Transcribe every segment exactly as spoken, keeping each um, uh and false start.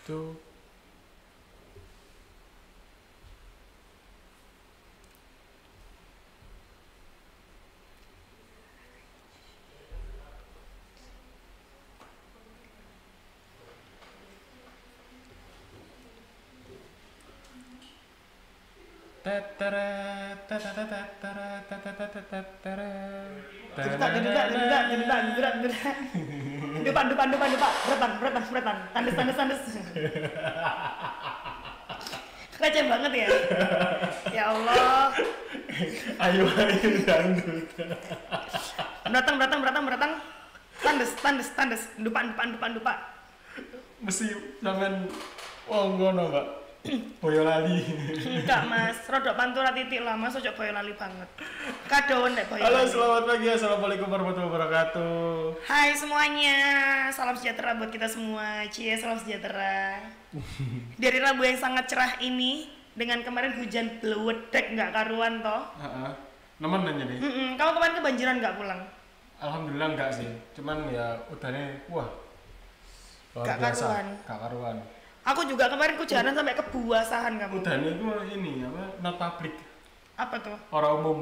Tuh. Jedak, jedak, jedak, jedak, jedak, jedak. Depan, depan, depan, depan. Beretan, beretan, beretan. Tandes, tandes, tandes. Receh banget ya. Ya Allah. Ayo ayo dangdut. Beratang, beratang, beratang, beratang. Tandes, tandes, tandes. Depan, depan, depan, depan. Mesti jangan oh ngono, Mbak. Boyolali. Enggak mas, rodok pantura titik lah mas, ojo boyolali banget. Kadoan nek boyolali. Halo, selamat pagi, assalamualaikum warahmatullahi wabarakatuh. Hai semuanya, salam sejahtera buat kita semua. Cie, salam sejahtera. Dari Rabu yang sangat cerah ini, dengan kemarin hujan blewedek nggak karuan toh. Heeh. Nemen nanya nih. Mm-mm. Kamu kemarin kebanjiran nggak pulang? Alhamdulillah enggak sih. Cuman ya udahnya wah. Luar Gak biasa. karuan. Gak karuan. Aku juga kemarin kehujanan sampai kebuasahan kamu. Udahnya itu ini apa? Not public. Apa tuh? Orang umum.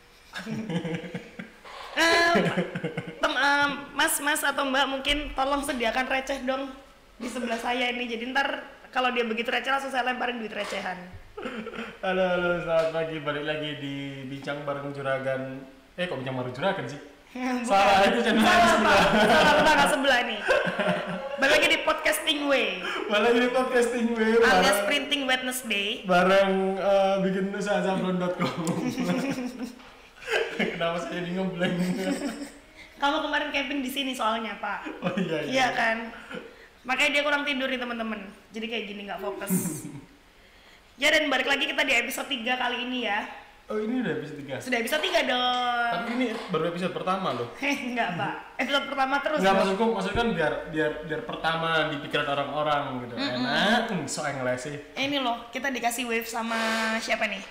Eh, tem, em, mas, mas atau mbak mungkin tolong sediakan receh dong di sebelah saya ini. Jadi ntar kalau dia begitu receh langsung saya lemparin duit recehan. Halo, halo, selamat pagi. Balik lagi di Bincang Bareng Juragan. Eh, kok Bincang Bareng Juragan sih? Bukan. Salah, itu channel Salah, yang sebelah. Pak. Salah tetangga sebelah nih. Balik lagi di podcasting way Balik lagi di podcasting way alias bareng, printing Wednesday. bareng eh, bikin usaha sablon dot com. Kenapa saya ini ngeblank? Kamu kemarin camping di sini soalnya Pak. Oh iya, iya. Iya kan. Makanya dia kurang tidur nih teman-teman. Jadi kayak gini nggak fokus. Ya dan balik lagi kita di episode tiga kali ini ya. Oh ini udah episode tiga. Sudah episode tiga dong. Tapi ini baru episode pertama loh. Heh, enggak Pak. Episode pertama terus. Enggak, dong. maksudku, maksudnya kan biar biar biar pertama di pikiran orang-orang gitu. Mm-mm. Enak, mm, so ngeles sih. Eh, ini loh, kita dikasih wave sama siapa nih?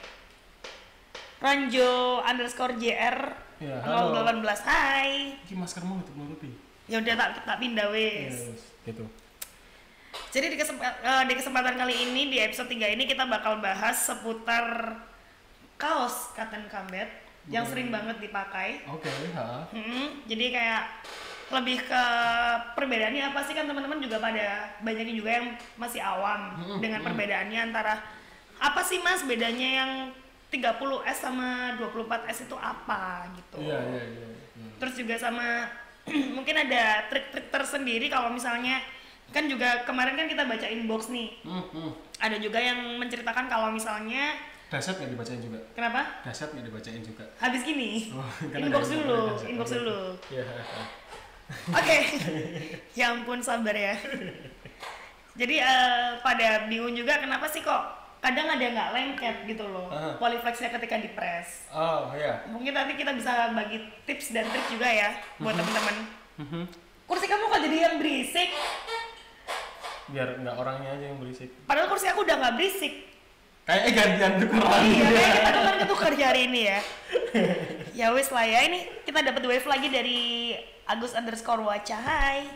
Ranjo underscore jr Ya, nol halo. delapan belas. Hai. Ini maskermu untuk nutupi. Ya udah tak tak pindah wes. Yes, gitu. Jadi di, kesempa- eh, di kesempatan kali ini di episode tiga ini kita bakal bahas seputar kaos cotton combat yang Hmm. sering banget dipakai. Oke, ha. Hmm, jadi kayak lebih ke perbedaannya apa sih, kan teman-teman juga pada banyak juga yang masih awam Hmm, dengan hmm. perbedaannya antara apa sih mas bedanya yang tiga puluh S sama dua puluh empat S itu apa gitu. Iya, iya, iya. iya. Terus juga sama mungkin ada trik-trik tersendiri kalau misalnya kan juga kemarin kan kita baca inbox nih. Hmm, hmm. Ada juga yang menceritakan kalau misalnya Dahsyat nggak dibacain juga? kenapa? Dahsyat nggak dibacain juga? Habis gini. Oh, karena Inbox nggak ada dulu, dahsyat. inbox Oke. dulu. Iya. Oke, ya ampun sabar ya. Jadi eh, pada bingung juga kenapa sih kok kadang ada nggak lengket gitu loh Aha. polyflexnya ketika di press. Oh, iya. Mungkin nanti kita bisa bagi tips dan trik juga ya buat teman-teman. Mhm. Kursi kamu kok jadi yang berisik? Biar nggak orangnya aja yang berisik. Padahal kursi aku udah nggak berisik. Kayak gantian tukeran. Iya, kayak kita kemarin ketukar di hari ini ya. Ya wes lah ya, ini kita dapat wave lagi dari Agus underscore Waca. Hai.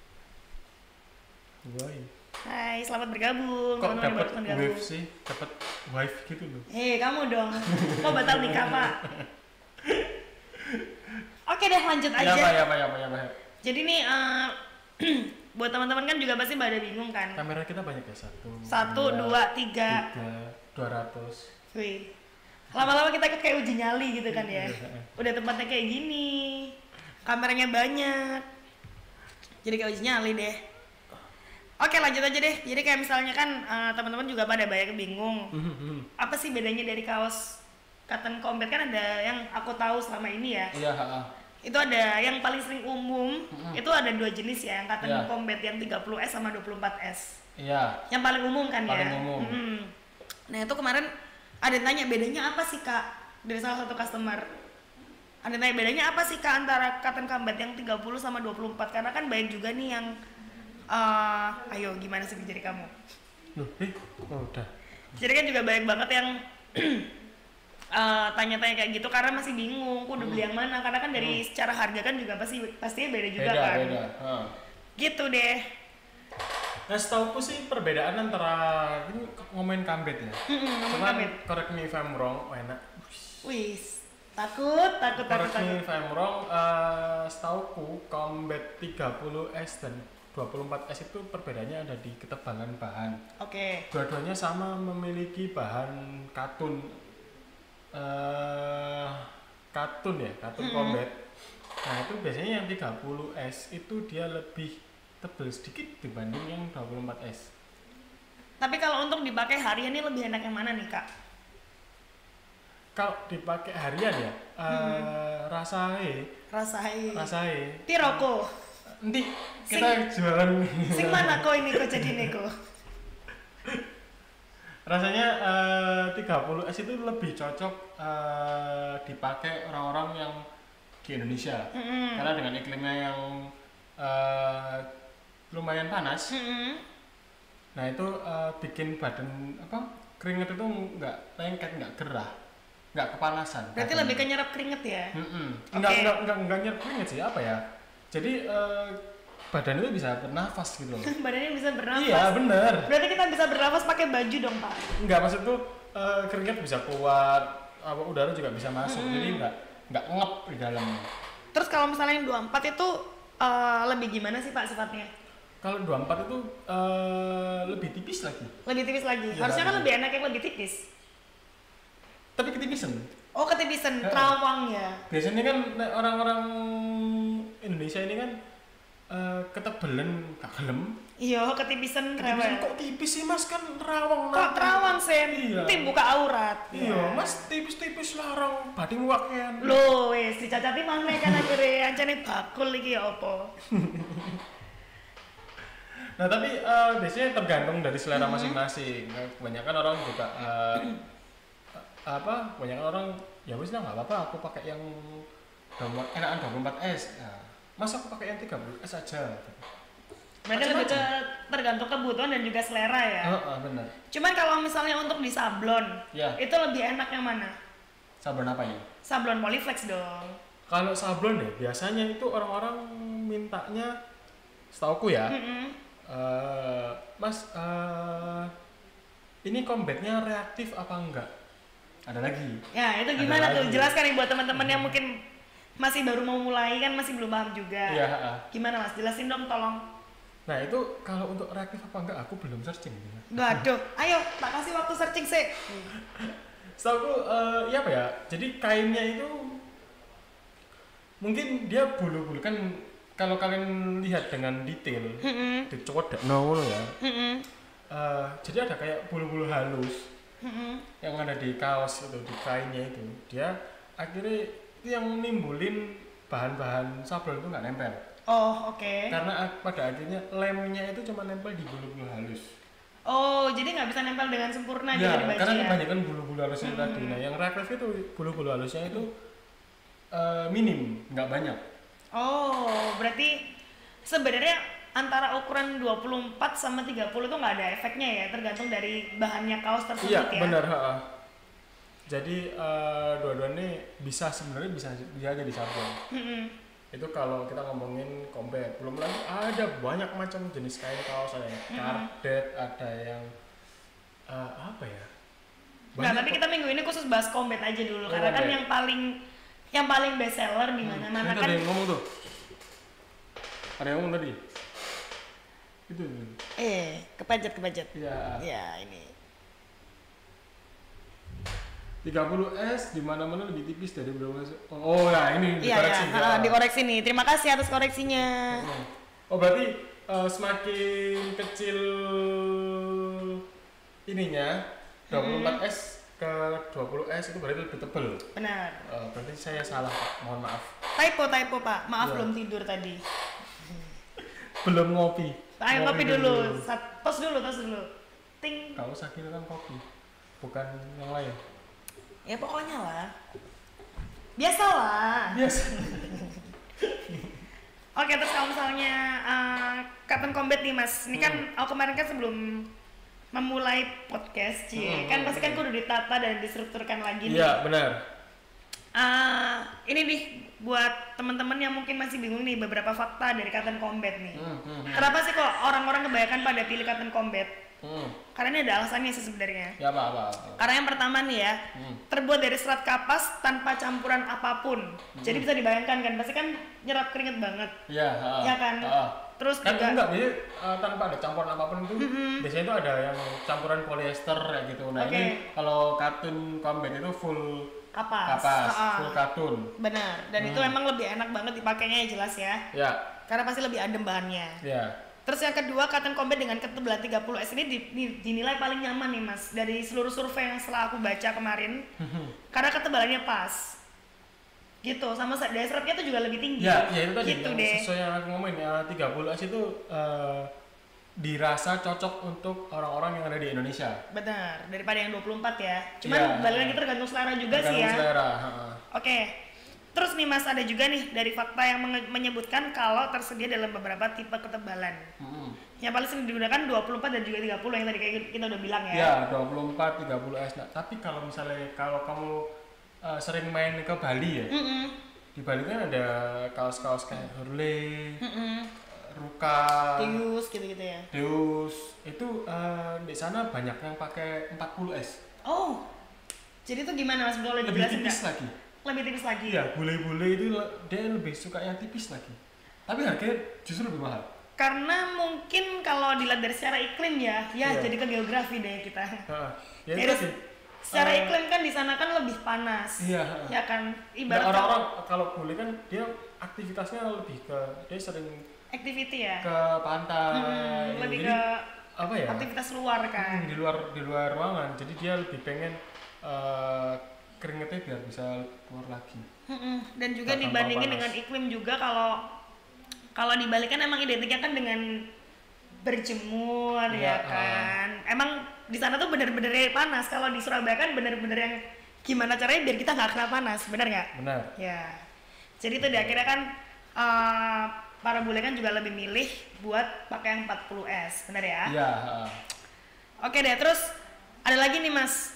Woi. Hai, selamat bergabung. Kok teman-teman dapat baru bergabung. wave sih? Dapat wife gitu loh. Hei, kamu dong. Kok batal nikah, Pak? Oke deh, lanjut Ya aja. apa ya apa ya apa ya apa. Jadi nih, eh, buat teman-teman kan juga pasti pada bingung kan. Kamera kita banyak ya satu. Satu, dua, tiga. tiga, dua ratus. Wih. Lama-lama kita ikut kayak uji nyali gitu kan ya. Iya. Udah tempatnya kayak gini. Kameranya banyak. Jadi kayak uji nyali deh. Oke, lanjut aja deh. Jadi kayak misalnya kan eh, teman-teman juga pada banyak bingung. Apa sih bedanya dari kaos cotton combat? Kan ada yang aku tahu selama ini ya. Iya, ha. Itu ada yang paling sering umum, Mm-mm. itu ada dua jenis ya, yang cotton Iya. combat yang tiga puluh S sama dua puluh empat S. Iya. Yang paling umum kan ya. Paling umum. Mm-mm. Nah, itu kemarin ada yang tanya bedanya apa sih, Kak? Dari salah satu customer. Ada yang tanya bedanya apa sih, Kak, antara cotton combat yang tiga puluh sama dua puluh empat? Karena kan banyak juga nih yang eh, ayo gimana sih jadi kamu? Loh, eh, oh, udah. Jadi kan juga banyak banget yang eh, tanya-tanya kayak gitu karena masih bingung, aku udah beli yang mana? Karena kan dari secara harga kan juga pasti pastinya beda juga Beda, kan. beda. Ha. Gitu deh. Nah, setauku sih perbedaan antara ini ngomongin kambet ya. Mm-mm, ngomong Cuman, kambet. correct me if I'm wrong, oh, enak. Wih, takut, takut, takut, Correct me takut. if I'm wrong, uh, setauku Combat tiga puluh S dan dua puluh empat S itu perbedaannya ada di ketebalan bahan. Oke. Dua-duanya sama memiliki bahan katun, uh, katun ya, katun Mm-mm. combat. Nah itu biasanya yang tiga puluh S itu dia lebih tebal sedikit dibanding yang dua puluh empat S. Tapi kalau untuk dipakai harian ini lebih enak yang mana nih kak? Kalau dipakai harian ya, uh, rasae, Rasain. rasae. Piroko. Nanti kita jualan. Sing mana kok ini kok jadi neko? Rasanya uh, tiga puluh S itu lebih cocok uh, dipakai orang-orang yang di Indonesia. Mm-mm. Karena dengan iklimnya yang uh, lumayan panas. Mm-mm. Nah itu uh, bikin badan apa keringet itu nggak lengket, nggak gerah, nggak kepanasan. Berarti badannya. lebih ke nyerap keringet ya? Mm-mm. Oke. Nggak, nggak, nggak, nggak nyerap keringet sih, apa ya? Jadi uh, badan itu bisa bernafas gitu loh. Badannya bisa bernafas. Iya bener. Berarti kita bisa bernafas pakai baju dong pak? Nggak, maksud tuh uh, keringet bisa keluar, apa udara juga bisa masuk, Mm-mm. jadi nggak nggak ngep di dalamnya. Terus kalau misalnya yang dua puluh empat itu uh, lebih gimana sih pak sifatnya? Kalau dua puluh empat itu uh, lebih tipis lagi, Lebih tipis lagi? Iya, Harusnya kan lebih. lebih enak yang lebih tipis. tapi ketipisan. Oh ketipisan, Heeh. terawang ya? Biasanya kan orang-orang Indonesia ini kan uh, ketebelan gak gelem. Iya, ketipisan Ketipisan rewel. kok tipis sih mas, kan rawang. Kok terawang sen? Iya. Tim buka aurat. Iya, Ya. mas tipis-tipis larang, bading wakian. Loh, wes dicacati mana kan akhirnya ancane bakul iki ya apa? Nah tapi uh, biasanya tergantung dari selera Mhm. masing-masing. Nah, kebanyakan orang juga uh, apa? Kebanyakan orang ya wis lah nggak apa-apa, aku pakai yang dua- enakan dua puluh empat S. Nah, mas aku pakai yang tiga puluh S aja. Berarti lebih ke tergantung kebutuhan dan juga selera ya. Heeh, benar. Cuman kalau misalnya untuk di sablon, Ya, itu lebih enak yang mana? sablon apa ini? Sablon Polyflex dong. Kalau sablon deh, biasanya itu orang-orang mintanya, setauku ya, Mm-mm. eh, mas, eh, ini combatnya reaktif apa enggak? Ada lagi. Ya itu Ada gimana tuh? lagi. Jelaskan nih buat teman-teman yang mungkin masih baru mau mulai kan masih belum paham juga. Iya. heeh. Gimana mas? Jelasin dong tolong. Nah itu kalau untuk reaktif apa enggak, aku belum searching. Waduh, ayo tak kasih waktu searching sih. Setahu aku, ya apa ya? Jadi kainnya itu mungkin dia bulu-bulu kan. Kalau kalian lihat dengan detail, Mm-mm. dicodak no ya. Mm-mm. Eh, jadi ada kayak bulu-bulu halus Mm-mm. yang ada di kaos itu, di kainnya itu. Dia akhirnya itu yang nimbulin bahan-bahan sablon itu nggak nempel. Oh oke. Karena ak- pada akhirnya lemnya itu cuma nempel di bulu-bulu halus. Oh jadi nggak bisa nempel dengan sempurna gitu Ya, di baju karena ya? kebanyakan bulu-bulu halusnya Hmm. tadi. Nah, yang reaktif itu bulu-bulu halusnya itu eh, minim, nggak banyak. Oh berarti sebenarnya antara ukuran dua puluh empat sama tiga puluh itu nggak ada efeknya ya? Tergantung dari bahannya kaos tersebut Iya, ya? benar. ha-ha. Jadi eh, dua-duanya bisa sebenarnya bisa bisa aja disablon. Mm-mm. Itu kalau kita ngomongin combat. Belum lagi ada banyak macam jenis kain kaos, ada yang Mhm. cardet, ada yang eh, apa ya? Nah tapi kok. kita minggu ini khusus bahas combat aja dulu Oh, karena kan combat. yang paling yang paling best seller di mana-mana Itu kan. ada yang ngomong tuh. Ada yang ngomong tadi. Itu. Eh kepencet kepencet. Iya. Ya ini. tiga puluh S di mana-mana lebih tipis dari berapa S? Oh, ya ini Iya dikoreksi. ya, ha, dikoreksi nih. Terima kasih atas koreksinya. Oh, berarti eh, semakin kecil ininya dua puluh empat S ke dua puluh S itu berarti lebih tebal. Benar. Eh, berarti saya salah, Pak. Mohon maaf. Typo typo Pak. Maaf Iya. belum tidur tadi. Belum ngopi. Ayo ngopi dulu. Sat- Tos dulu, tos dulu. Ting. Kau sakit kan kopi. Bukan yang lain. Ya pokoknya lah. Biasalah. Biasa. Oke, terus kalau misalnya uh, Captain Combat nih Mas, ini kan aku kemarin kan sebelum memulai podcast, Cie, Hmm, kan hmm, pasti kan hmm. kudu ditata dan distrukturkan lagi nih. Iya, benar. Uh, ini nih buat teman-teman yang mungkin masih bingung nih beberapa fakta dari Cotton Combat nih. Hmm, hmm, hmm. Kenapa sih kok orang-orang kebanyakan pada pilih Cotton Combat? Hmm. Karena ini ada alasannya sih sebenarnya. Ya apa, apa, apa. Karena yang pertama nih ya, hmm. terbuat dari serat kapas tanpa campuran apapun. Hmm. Jadi bisa dibayangkan kan, pasti kan nyerap keringet banget. Iya. Uh, ya kan. Uh, Terus kan juga enggak biasanya uh, tanpa ada campuran apapun itu, mm-hmm. biasanya itu ada yang campuran polyester kayak gitu. Nah okay. ini kalau Cotton Combat itu full kapas, kapas uh-uh. full katun. Benar. Dan hmm. itu emang lebih enak banget dipakainya ya jelas ya. Ya. Karena pasti lebih adem bahannya. Ya. Terus yang kedua, Cotton Combat dengan ketebalan tiga puluh S ini di, di, dinilai paling nyaman nih mas dari seluruh survei yang setelah aku baca kemarin. Karena ketebalannya pas. Gitu, sama daya serapnya tuh juga lebih tinggi. Ya, ya itu tadi. Gitu yang deh. Sesuai yang aku ngomongin ya, tiga puluh S itu uh, dirasa cocok untuk orang-orang yang ada di Indonesia. Benar, daripada yang dua puluh empat ya. Cuman ya. balik lagi tergantung selera juga tergantung sih ya. selera. Oke. Terus nih mas, ada juga nih dari fakta yang menyebutkan kalau tersedia dalam beberapa tipe ketebalan. Hmm. Yang paling sering digunakan dua puluh empat dan juga tiga puluh yang tadi kayak kita udah bilang ya. Ya, dua puluh empat, tiga puluh S. Nah, tapi kalau misalnya kalau kamu uh, sering main ke Bali ya. Mm-mm. Di Bali kan ada kaos-kaos kayak Hurley. Mm-mm. Ruka, Deus gitu-gitu ya. Deus itu uh, di sana banyak yang pakai empat puluh S. Oh. Jadi itu gimana Mas? Boleh lebih dijelasin tipis gak? lagi. Lebih tipis lagi. Iya, bule-bule itu dia lebih suka yang tipis lagi. Tapi harganya justru lebih mahal. Karena mungkin kalau dilihat dari secara iklim ya, ya yeah. jadi ke geografi deh kita. Heeh. Ya, jadi itu secara uh, iklim kan di sana kan lebih panas. Iya. Ya kan. Ibarat nah, orang-orang kalau bule kan dia aktivitasnya lebih ke dia sering activity ya, ke pantai, hmm, lebih jadi, ke apa ya aktivitas luar kan, hmm, di luar di luar ruangan, jadi dia lebih pengen uh, keringetnya biar bisa keluar lagi. Hmm, dan juga Gak dibandingin dengan iklim juga, kalau kalau di Bali kan emang identiknya kan dengan berjemur ya, ya kan, uh. emang di sana tuh bener-bener panas. Kalau di Surabaya kan bener-bener yang gimana caranya biar kita nggak kena panas, bener nggak? Benar. Ya, jadi itu di akhirnya kan uh, para bule kan juga lebih milih buat pakai yang empat puluh S, benar ya? Iya. Uh. Oke deh, terus ada lagi nih mas.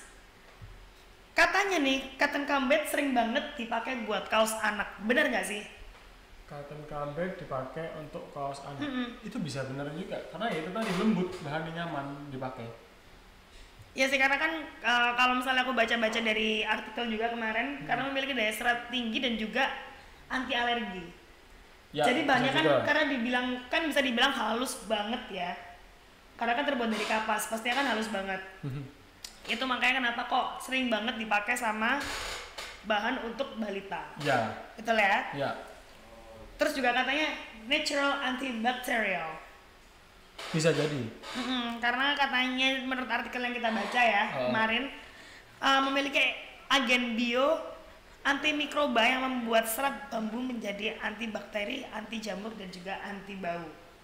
Katanya nih, Cotton Combat sering banget dipakai buat kaos anak, benar nggak sih? Cotton Combat dipakai untuk kaos anak, mm-hmm. itu bisa benar juga, karena ya itu tadi lembut, bahannya nyaman dipakai. Ya sih, karena kan uh, kalau misalnya aku baca-baca dari artikel juga kemarin, hmm. karena memiliki daya serat tinggi dan juga anti alergi. Ya, jadi banyak kan juga. Karena dibilang kan bisa dibilang halus banget ya, karena kan terbuat dari kapas, pastinya kan halus banget. Itu makanya kenapa kok sering banget dipakai sama bahan untuk balita. Ya. Betul ya? Ya. Terus juga katanya natural antibacterial. Bisa jadi. Mm-mm, karena katanya menurut artikel yang kita baca ya uh. kemarin uh, memiliki agen bio antimikroba yang membuat serat bambu menjadi antibakteri, anti jamur dan juga anti bau.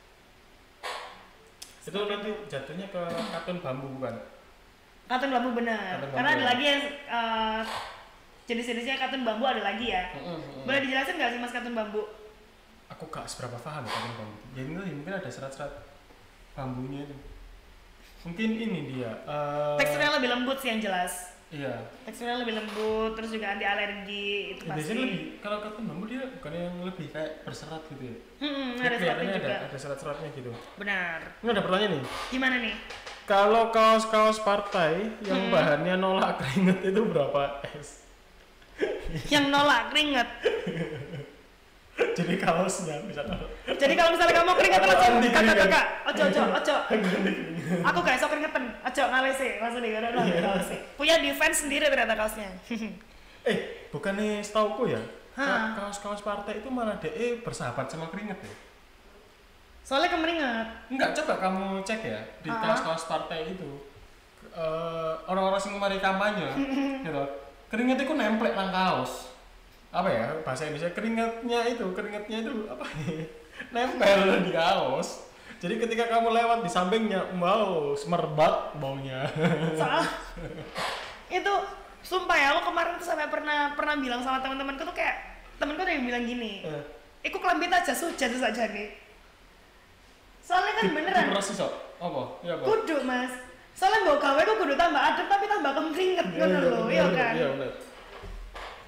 Itu nanti jatuhnya ke katun bambu bukan? Katun bambu benar. Katun Karena bambu, ada ya? lagi yang uh, jenis-jenisnya katun bambu ada lagi ya. Mm -hmm. Boleh dijelasin nggak sih mas katun bambu? Aku gak seberapa paham katun bambu. Jadi mungkin ada serat-serat bambunya itu. Mungkin ini dia. Uh, Teksturnya lebih lembut sih yang jelas. Iya. Teksturnya lebih lembut, terus juga anti alergi itu ya, pasti. Biasanya lebih kalau katun bambu dia bukan yang lebih kayak berserat gitu ya. Hmm, ada seratnya juga. Ada, ada serat-seratnya gitu. Benar. Ini ada pertanyaan nih. Gimana nih? Kalau kaos-kaos partai yang hmm. bahannya nolak keringet itu berapa S? Yang nolak keringet. Jadi kaosnya bisa nolak. Jadi kalau misalnya kamu keringet langsung kakak-kakak, ojo ojo ojo. Aku gak esok keringetan, ojo ngalesi, langsung di gara ngalesi. Punya defense sendiri ternyata kaosnya. eh, bukannya setauku ya? Ka kaos-kaos partai itu malah D E bersahabat sama keringet ya? Soalnya kemeringat. Enggak, coba kamu cek ya di uh-huh. kaos-kaos partai itu. Uh, orang-orang sing mari kampanye, gitu. Keringet itu nemplek nang kaos. Apa ya bahasa Indonesia, keringatnya itu keringatnya itu apa nempel di kaos. Jadi ketika kamu lewat di sampingnya, wow, semerbak baunya. Soal itu sumpah ya, aku kemarin tuh sampai pernah pernah bilang sama teman-temanku tuh kayak temanku ada yang bilang gini, eh. Iku kelambit aja sujan tuh saja nih. Soalnya kan di, beneran. Di sok. Apa? Ya apa? Kudu mas. Soalnya mbok gawe kok kudu tambah adem tapi tambah kemringet ngono lho, iya kan. Iya bener.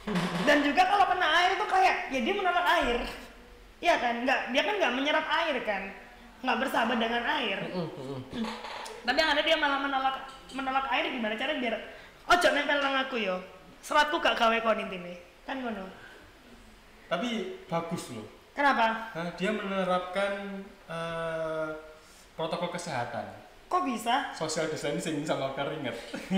Dan juga kalau kena air itu kayak ya dia menolak air. Iya kan? Nggak, dia kan nggak menyerap air kan, nggak bersahabat dengan air. Tapi yang ada dia malah menolak menolak air. Gimana caranya biar ojo nempel nang aku yo, seratku gak gawe kon intine kan ngono. Tapi bagus loh. Kenapa? Nah, dia menerapkan uh, protokol kesehatan. Kok bisa? Social distancing sama keringet.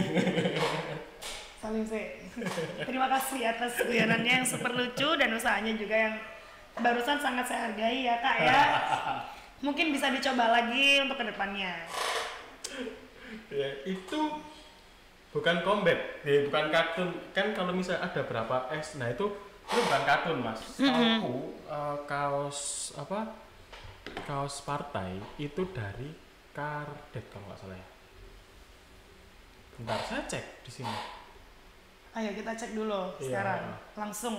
Salim sih. Terima kasih atas guyonannya yang super lucu dan usahanya juga yang barusan sangat saya hargai ya kak ya. Mungkin bisa dicoba lagi untuk kedepannya. Ya, itu bukan combat, ya, bukan kartun. Kan kalau misalnya ada berapa es, nah itu itu bukan kartun mas. Mm-hmm. Aku uh, kaos apa? Kaos partai itu dari Kardet kalau nggak salah ya. Bentar saya cek di sini. Ayo kita cek dulu Iya. sekarang langsung.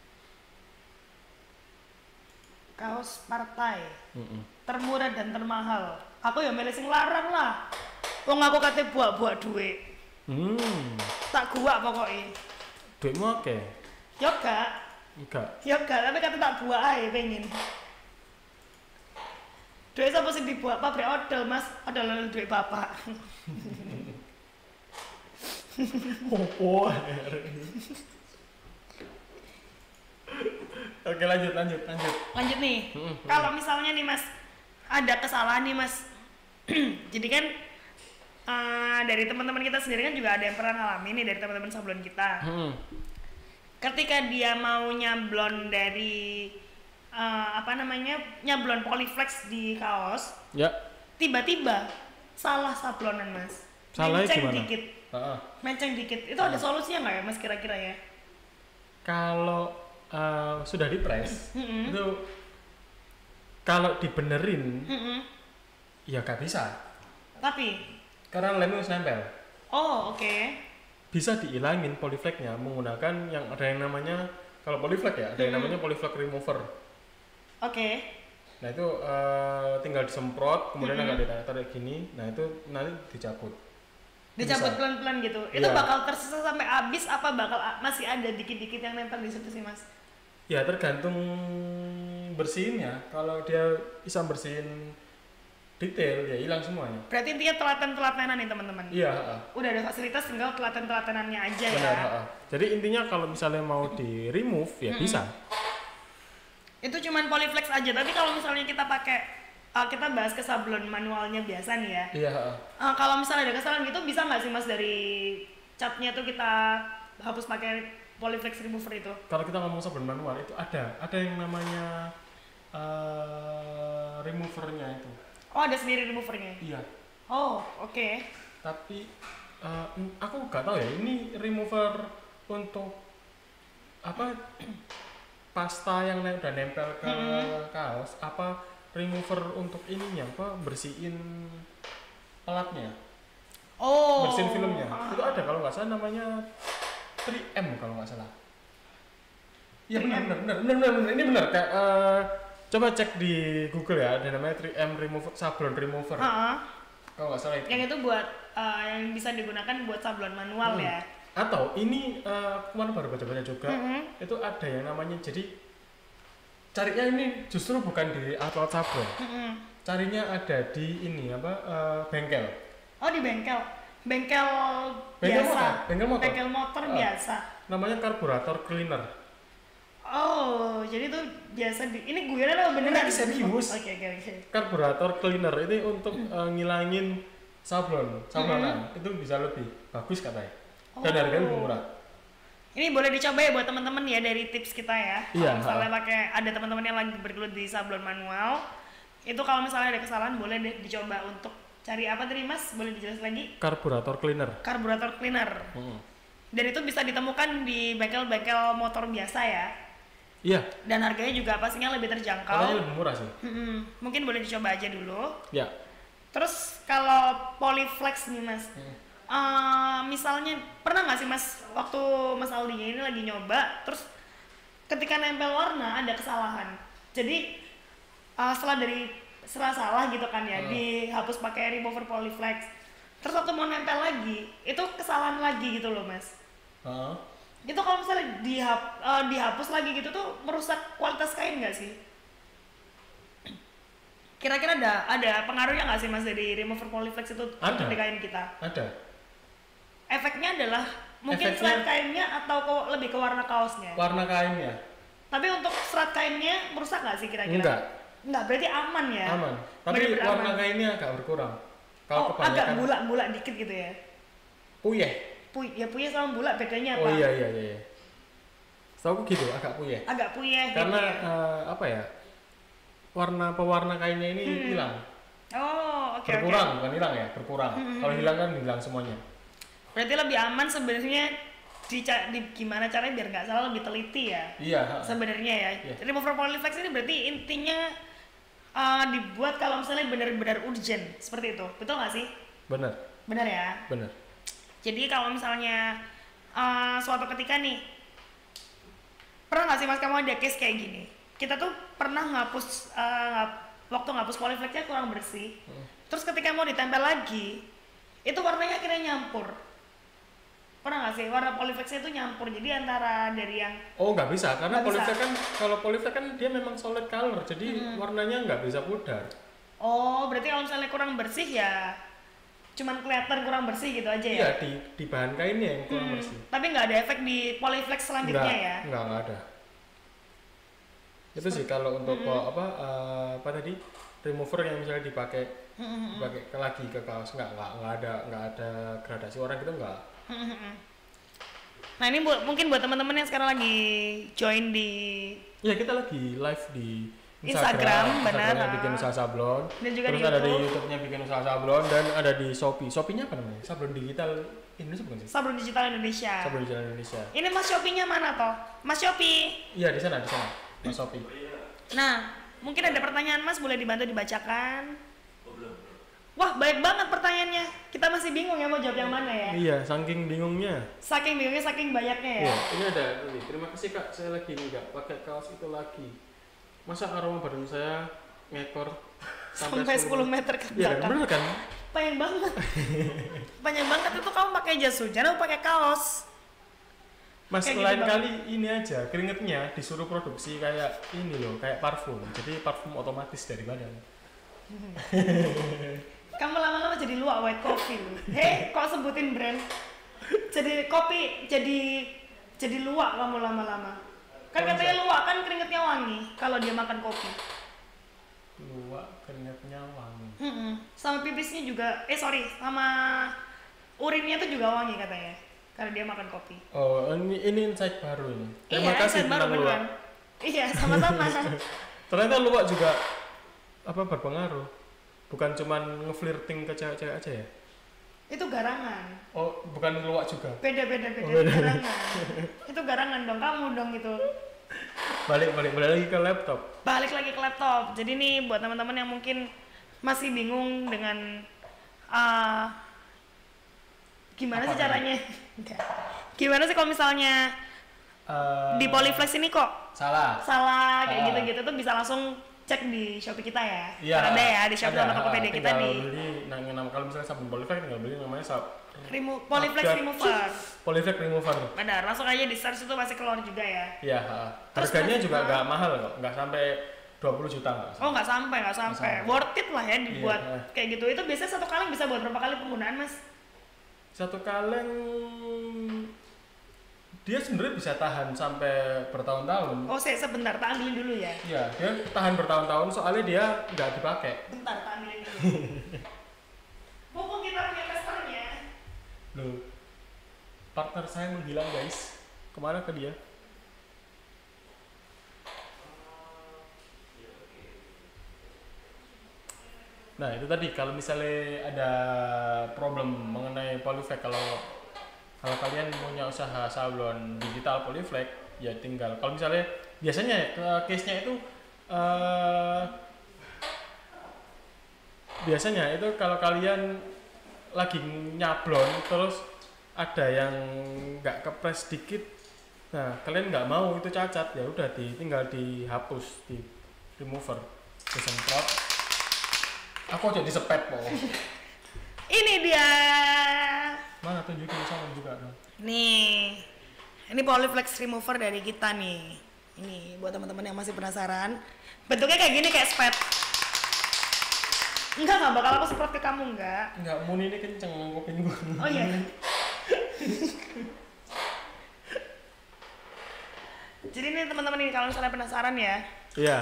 Kaos partai Mm-mm. termurah dan termahal. Aku ya milih sing larang lah. Wong aku kate buak-buak duit. Hmm. Tak gua pokoknya. Duitmu oke? Yo gak, Enggak. yo gak, tapi kata tak buak aja pengen. Duit sapa sing dibuat pabrik odol mas, odol odol duit bapak. Opo. Oke lanjut lanjut lanjut. Lanjut nih, kalau misalnya nih mas, ada kesalahan nih mas. Jadi kan uh, dari teman-teman kita sendiri kan juga ada yang pernah ngalamin nih dari teman-teman sablon kita. Hmm. Ketika dia mau nyablon dari uh, apa namanya nyablon polyflex di kaos, Ya. tiba-tiba salah sablonan mas. Salahnya Menceng gimana? dikit, Uh-uh. menceng dikit. Itu ada solusinya nggak ya mas kira-kira ya? Kalau uh, sudah dipres, Mm-mm. itu kalau dibenerin Mm-mm. ya gak bisa. Tapi, Karena lemnya harus nempel. oh oke. Bisa dihilangin polyflex-nya menggunakan yang ada yang namanya kalau polyflex ya, ada yang Hmm. namanya polyflex remover. Oke. Nah itu uh, tinggal disemprot, kemudian Mm-mm. agak ditarik-tarik gini. Nah itu nanti dicabut. Dicabut Bisa. pelan-pelan gitu. Itu Iya. bakal tersisa sampai habis apa bakal a- masih ada dikit-dikit yang nempel di situ sih mas? Ya tergantung bersihinnya. Kalau dia bisa bersihin detail ya hilang semuanya. Berarti intinya telaten-telatenan nih teman-teman. Iya. ha-ha. Udah ada fasilitas, tinggal telaten-telatenannya aja Benar. ya. ha-ha. Jadi intinya kalau misalnya mau di remove ya Mm-mm. bisa. Itu cuman polyflex aja. Tapi kalau misalnya kita pakai, uh, kita bahas ke sablon manualnya biasa nih ya. Iya. ha-ha. Uh, kalau misalnya ada kesalahan gitu, bisa nggak sih mas dari catnya tuh kita hapus pakai polyflex remover itu? Kalau kita ngomong sablon manual itu ada, ada yang namanya uh, removernya itu. Oh ada sendiri removernya? Iya. Oh oke. Tapi uh, mm, aku nggak tahu ya ini remover untuk apa pasta yang ne- udah nempel ke Mm-mm. kaos apa remover untuk ininya apa bersihin pelatnya Oh. bersihin filmnya Ah. itu ada kalau nggak salah namanya tiga M kalau nggak salah. Iya benar tiga M. benar benar benar benar ini benar kayak uh, coba cek di Google ya ada namanya tiga M remover sablon remover Ha-ha. kalau nggak salah itu. Yang itu buat uh, yang bisa digunakan buat sablon manual Hmm. ya. Atau ini uh, kemarin baru baca-baca juga Mm-hmm. itu ada yang namanya jadi carinya ini justru bukan di alat sablon, Mm-hmm. carinya ada di ini apa uh, bengkel. Oh di bengkel, bengkel, Bengkel biasa, motor, bengkel motor. bengkel motor Ah. biasa. Namanya karburator cleaner. Oh jadi tuh biasa di, ini guyonan apa beneran? Ini serius. Oke oke oke. Karburator cleaner ini untuk uh, ngilangin sablon, sablonan Mm-hmm. itu bisa lebih bagus katanya. Dan harganya lebih murah. Ini boleh dicoba ya buat teman-teman ya dari tips kita ya. Iya, Kalau misalnya pakai ada teman-teman yang lagi bergelut di sablon manual, itu kalau misalnya ada kesalahan boleh deh dicoba untuk cari apa tadi mas? Boleh dijelasin lagi? Karburator cleaner. Karburator cleaner. Hmm. Dan itu bisa ditemukan di bengkel-bengkel motor biasa ya. Iya, Dan harganya juga pastinya lebih katanya terjangkau. lebih murah sih. Mm-mm. Mungkin boleh dicoba aja dulu. Ya. Terus kalau polyflex nih mas, Hmm. eh, misalnya pernah nggak sih mas waktu mas Aldi ini lagi nyoba, terus ketika nempel warna ada kesalahan. Jadi eh, setelah dari setelah salah gitu kan ya, Hmm. dihapus pakai remover polyflex. Terus waktu mau nempel lagi, itu kesalahan lagi gitu loh mas. Heeh. Itu kalau misalnya dihap, uh, dihapus lagi gitu tuh merusak kualitas kain nggak sih? Kira-kira ada ada pengaruhnya nggak sih mas dari remover polyflex itu untuk di kain kita? Ada. Efeknya adalah mungkin Efeknya, serat kainnya atau ke, lebih ke warna kaosnya? Warna kainnya. Tapi untuk serat kainnya merusak nggak sih kira-kira? Enggak. Enggak, berarti aman ya? Aman. Tapi Bener-bener warna aman. kainnya agak berkurang. Kalau Oh, agak kebanyakan bulak-bulak dikit gitu ya? puyeh. Puy, ya puyeh sama bulak bedanya apa? Oh iya iya iya. Setahu gitu, agak puyeh. Agak puyeh Karena gitu ya? uh, apa ya? Warna pewarna kainnya ini Hmm. hilang. Oh, oke oke. Berkurang, bukan hilang ya, berkurang. Hmm. Kalau hilang kan hilang semuanya. Berarti lebih aman sebenarnya di, di gimana caranya biar nggak salah lebih teliti ya? Iya. Sebenarnya ya. Iya. Remover polyflex ini berarti intinya uh, dibuat kalau misalnya benar-benar urgent seperti itu, betul nggak sih? Bener, Benar ya. bener. Jadi kalau misalnya uh, suatu ketika nih, pernah nggak sih mas kamu ada case kayak gini? Kita tuh pernah ngapus uh, ngap, waktu ngapus polyflexnya kurang bersih, Hmm. terus ketika mau ditempel lagi, itu warnanya akhirnya nyampur. Pernah nggak sih warna polyflexnya itu nyampur? Jadi antara dari yang Oh nggak bisa, karena Nggak bisa. polyflex kan kalau polyflex kan dia memang solid color, jadi Hmm. warnanya nggak bisa pudar. oh berarti kalau misalnya kurang bersih ya cuman kelihatan kurang bersih gitu aja ya? Iya di di bahan kainnya yang kurang Hmm, bersih. tapi nggak ada efek di polyflex selanjutnya Nggak, ya? nggak nggak ada. Itu sih kalau untuk Hmm. ko- apa eh, apa tadi remover yang misalnya dipakai Hmm. dipakai ke lagi ke kaos nggak nggak nggak ada nggak ada gradasi orang gitu nggak. Nah ini buat mungkin buat teman-teman yang sekarang lagi join di Ya kita lagi live di Instagram, benar. Instagramnya bikin usaha sablon. Dan juga Terus di ada di YouTube. YouTube-nya bikin usaha sablon dan ada di Shopee. Shopee-nya apa namanya? Sablon digital Indonesia bukan sih? Sablon Digital Indonesia. Sablon digital Indonesia. Ini Mas Shopee-nya mana toh? Mas Shopee. Iya di sana di sana. Mas Shopee. Nah, mungkin ada pertanyaan Mas, boleh dibantu dibacakan. Wah, baik banget pertanyaannya. Kita masih bingung ya mau jawab yang mana ya. Iya, saking bingungnya. Saking bingungnya, saking banyaknya ya. Iya, ini ada ini. Terima kasih Kak, saya lagi nggak pakai kaos itu lagi. Masa aroma badan saya ngekor Sampai sepuluh meter ke Iya, kan belakang. bener kan? Panjang banget. Panjang banget itu kamu pakai jas hujan atau pakai kaos? Mas Kayak gitu lain banget. kali ini aja keringetnya disuruh produksi kayak ini loh, kayak parfum. Jadi parfum otomatis dari badan. Kamu lama-lama jadi luak white coffee lu. Hei, kok sebutin brand? Jadi kopi, jadi jadi luak kamu lama-lama. Kan Kalau katanya saya- luak kan keringetnya wangi kalau dia makan kopi. Luak keringetnya wangi. Mm-mm. Sama pipisnya juga, eh sorry, sama urinnya tuh juga wangi katanya. Karena dia makan kopi. Oh, ini ini insight baru ini. Terima iya, kasih insight baru tentang luak. beneran. Iya, sama-sama. Ternyata luak juga apa berpengaruh. Bukan cuman ngeflirting ke cewek-cewek aja ya. Itu garangan. Oh, bukan luak juga. Beda beda beda Oh, beda. garangan. Itu garangan dong, kamu dong itu. Balik balik balik lagi ke laptop. Balik lagi ke laptop. Jadi nih buat teman-teman yang mungkin masih bingung dengan uh, gimana Apa sih caranya? Enggak. Gimana sih kalau misalnya Eh, di Polyflex ini kok salah. salah kayak Ah. gitu-gitu tuh bisa langsung cek di Shopee kita ya. Iya. Kan ada ya di Shopee ada, sama Tokopedia tinggal kita di beli nah, nama kalau misalnya sabun Polyflex tinggal beli namanya sab Remo- Polyflex Ada. Remover. Polyflex Remover. Benar, langsung aja di search itu pasti keluar juga ya. Iya, ha. Terus Harganya terus- juga ah. nggak mahal kok, nggak sampai dua puluh juta nggak. Oh nggak sampai, nggak sampai. sampai. Worth it lah ya dibuat Iya, ah. kayak gitu. Itu biasanya satu kaleng bisa buat berapa kali penggunaan mas? Satu kaleng dia sebenarnya bisa tahan sampai bertahun-tahun. Oh saya sebentar, tak ambilin dulu ya. Iya, dia tahan bertahun-tahun soalnya dia nggak dipakai. Bentar, tak ambilin dulu. Mumpung kita punya testernya. Loh, partner saya menghilang guys. Kemana ke dia? Nah itu tadi kalau misalnya ada problem mengenai Polyflex, kalau kalau kalian punya usaha sablon digital Polyflex ya tinggal kalau misalnya biasanya eh, case-nya itu eh, biasanya itu kalau kalian lagi nyablon terus ada yang nggak kepres dikit, nah kalian nggak mau itu cacat ya udah di, tinggal dihapus di remover disemprot. Aku aja disepet po. Ini dia. Mana tunjukin sama juga dong. Nih, Ini Polyflex remover dari kita nih. Ini buat teman-teman yang masih penasaran. Bentuknya kayak gini, kayak spet. Enggak, enggak bakal aku semprot ke kamu, enggak. Enggak, Muni ini kenceng kuping gua. Oh iya. Jadi nih teman-teman ini kalau misalnya penasaran ya. Iya.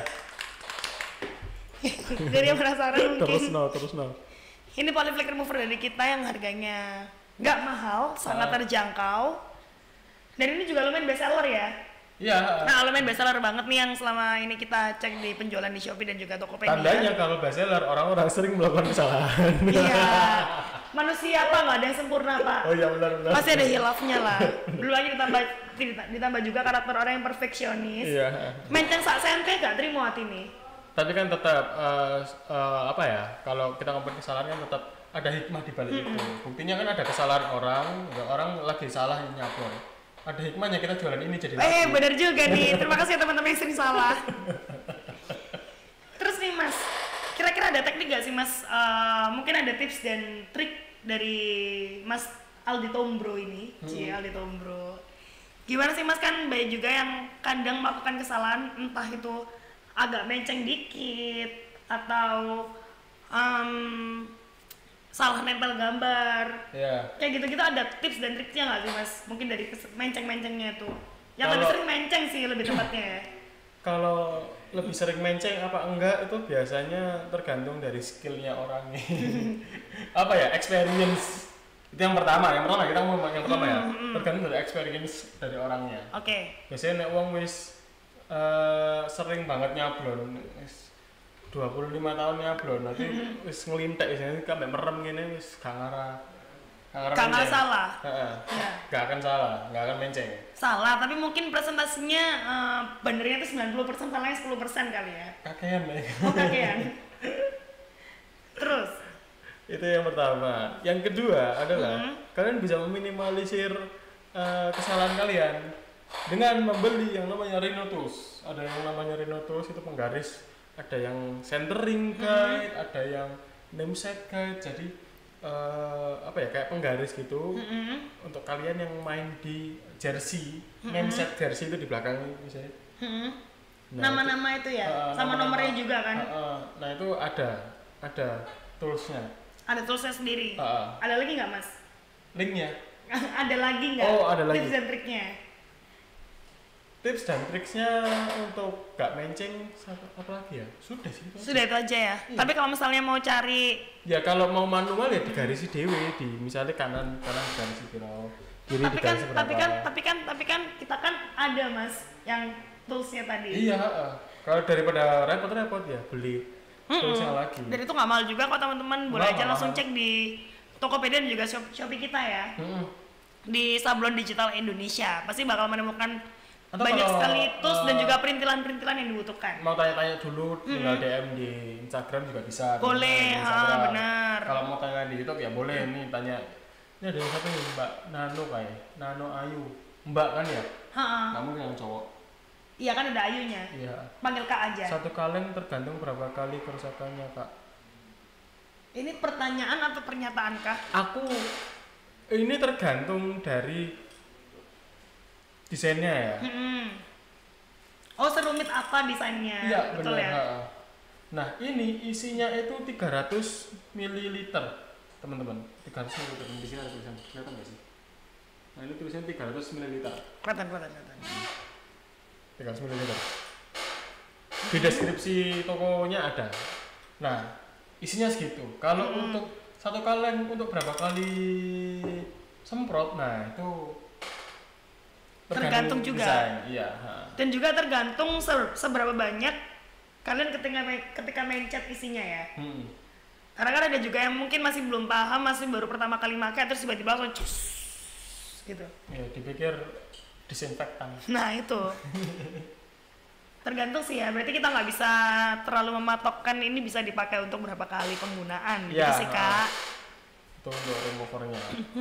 Jadi yang penasaran mungkin. Terus no, terus no. Ini Polyflex remover dari kita yang harganya nggak mahal, sangat terjangkau. Dan ini juga lumayan best seller ya. Iya. Nah, lumayan best seller banget nih yang selama ini kita cek di penjualan di Shopee dan juga Tokopedia. Tandanya kalau best seller orang-orang sering melakukan kesalahan. Iya. Manusia apa nggak ada yang sempurna, Pak? Oh iya benar benar. Pasti ada hilafnya lah. Belum lagi ditambah ditambah juga karakter orang yang perfeksionis. Iya. Menceng sak sente gak terima hati nih. Tapi kan tetap uh, uh, apa ya? Kalau kita ngomongin kesalahan kan tetap ada hikmah di balik mm-hmm. itu. Buktinya kan ada kesalahan orang, orang lagi salah nyapor. Ada hikmahnya kita jualan ini jadi. Eh benar juga nih. Terima kasih ya teman-teman yang sering salah. Terus nih Mas, kira-kira ada teknik gak sih Mas? Uh, mungkin ada tips dan trik dari Mas Aldi Tombro ini, hmm. Cie Aldi Tombro. Gimana sih Mas, kan banyak juga yang kadang melakukan kesalahan, entah itu agak menceng dikit atau um, salah nempel gambar. Yeah. Kayak gitu-gitu ada tips dan triknya nggak sih Mas? Mungkin dari menceng-mencengnya tuh. Yang Kalo... lebih sering menceng sih lebih tepatnya ya. Kalau lebih sering menceng apa enggak itu biasanya tergantung dari skillnya orangnya. Apa ya, experience itu yang pertama yang pertama kita ngomong yang pertama ya, mm-hmm. tergantung dari experience dari orangnya. Oke. Okay. Biasanya nek wong wis uh, sering banget nyablon, wis dua puluh lima tahun nyablon, nanti mm-hmm. wis ngelintek biasanya sampai merem gini wis gak ngarah. Gak nggak salah. Heeh. Ya. Gak akan salah, gak akan menceng. Salah, tapi mungkin presentasinya uh, benernya itu sembilan puluh persen, salahnya sepuluh persen kali ya. Kakean ya. Oh, kakean. Terus? Itu yang pertama. Yang kedua adalah mm-hmm. kalian bisa meminimalisir uh, kesalahan kalian dengan membeli yang namanya Rhino-Tools. Ada yang namanya Rhino-Tools itu penggaris, ada yang centering guide, mm-hmm. ada yang nameset guide. Jadi Uh, apa ya, kayak penggaris gitu mm-hmm. untuk kalian yang main di jersey, mm-hmm. nameset jersey itu di belakang misalnya. Mm-hmm. Nah, nama-nama itu, itu ya, uh, sama nama-nama, nomornya juga kan. Uh, uh, nah itu ada, ada toolsnya. Ada toolsnya sendiri. Uh, uh. Ada lagi nggak Mas? Linknya? Ada lagi nggak? Oh ada lagi. Tips dan triknya. Tips dan triksnya untuk gak menceng apa lagi ya? Sudah sih. Sudah itu aja ya. Iya. Tapi kalau misalnya mau cari, ya kalau mau manual ya digarisi dewe di misalnya kanan kanan digarisi kira, kiri tapi kan, digarisi berapa. Tapi kan tapi kan tapi kan kita kan ada Mas yang toolsnya tadi. Iya. Uh, kalau daripada repot-repot ya beli mm-mm. toolsnya lagi. Dan itu nggak mahal juga kok teman-teman. Boleh aja langsung cek di Tokopedia dan juga Shopee kita ya. Mm-mm. Di Sablon Digital Indonesia pasti bakal menemukan atau banyak kalau, sekali tools uh, dan juga perintilan-perintilan yang dibutuhkan. Mau tanya-tanya dulu, mm-hmm. tinggal D M di Instagram juga bisa. Boleh, ha, benar. Kalau mau tanya di YouTube ya boleh nih tanya. Ini ada yang satu nih Mbak Nano kayak, Nano Ayu, Mbak kan ya? Ha. Kamu yang cowok. Iya kan ada Ayunya. Iya. Panggil Kak aja. Satu kaleng tergantung berapa kali kerusakannya Kak. Ini pertanyaan atau pernyataan Kak? Aku ini tergantung dari desainnya ya. Hmm. Oh serumit apa desainnya? Iya betul benar. Ya. Nah ini isinya itu tiga ratus mililiter teman-teman. tiga ratus mililiter di sini ada tulisan, kelihatan nggak sih? Nah ini tulisannya tiga ratus mililiter. Kelihatan kelihatan kelihatan. tiga ratus mililiter. Di deskripsi tokonya ada. Nah isinya segitu. Kalau hmm. untuk satu kaleng untuk berapa kali semprot, nah itu tergantung juga. Desain, iya. Dan juga tergantung se- seberapa banyak kalian ketika ketika mencet isinya ya. Hmm. Karena kan ada juga yang mungkin masih belum paham, masih baru pertama kali pakai terus tiba-tiba langsung cus, gitu. Ya dipikir disinfektan. Nah itu. Tergantung sih ya. Berarti kita nggak bisa terlalu mematokkan ini bisa dipakai untuk berapa kali penggunaan. Ya, gitu sih Kak. Itu untuk removernya.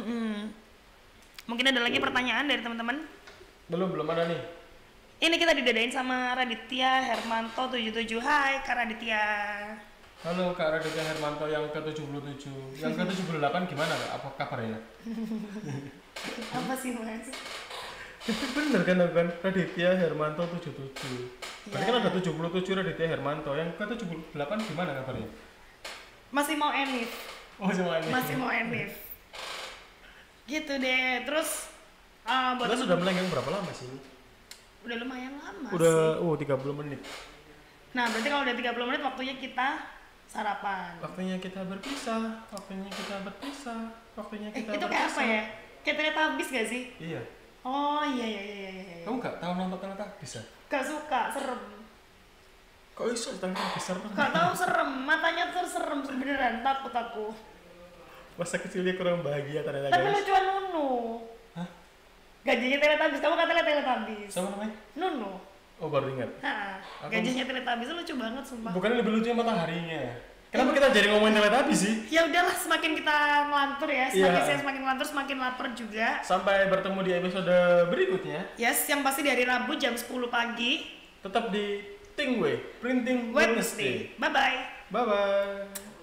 Mungkin ada lagi pertanyaan dari teman-teman? Belum, belum ada nih. Ini kita didadain sama Raditya Hermanto tujuh puluh tujuh. Hai Kak Raditya. Halo Kak Raditya Hermanto yang ke tujuh puluh tujuh. Yang ke tujuh puluh delapan gimana Kak? Apa kabarnya? Apa sih Mas? Bener kan aku kan Raditya Hermanto tujuh puluh tujuh. Berarti Ya. kan ada tujuh puluh tujuh Raditya Hermanto. Yang ke tujuh puluh delapan gimana kabarnya? Masih mau enif, Oh cuma ini. masih mau enif. Gitu deh. Terus uh, buat Kita sudah melenggang berapa lama sih? udah lumayan lama Udah sih. oh tiga puluh menit. Nah, berarti kalau udah tiga puluh menit waktunya kita sarapan. Waktunya kita berpisah, waktunya kita berpisah, waktunya Eh, kita itu berpisah. kayak apa ya? Kayak Teletubbies gak sih? Iya. Oh iya iya iya iya. iya. Kamu nggak tahu nonton Teletubbies bisa? Gak suka, serem. Kok iso Teletubbies serem? Gak tahu serem, matanya tuh serem beneran, takut aku. Masa kecilnya kurang bahagia ternyata Tapi guys. lucuan Nunu. Hah? Gajinya Teletubbies, kamu katanya Teletubbies. Sama namanya? Nunu. Oh baru ingat. Nah, Aku- gajinya Teletubbies itu lucu banget sumpah. Bukannya lebih lucu mataharinya. Kenapa kita jadi ngomongin Teletubbies sih? Ya udahlah, semakin kita ngelantur ya, semakin Iya. saya semakin ngelantur semakin lapar juga. Sampai bertemu di episode berikutnya. Yes, yang pasti dari Rabu jam sepuluh pagi. Tetap di Tingway Printing Wednesday. Wednesday. Bye bye. Bye bye.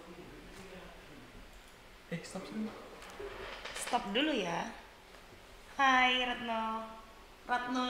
Eh stop sini. Stop dulu ya. Hai Ratno. Ratno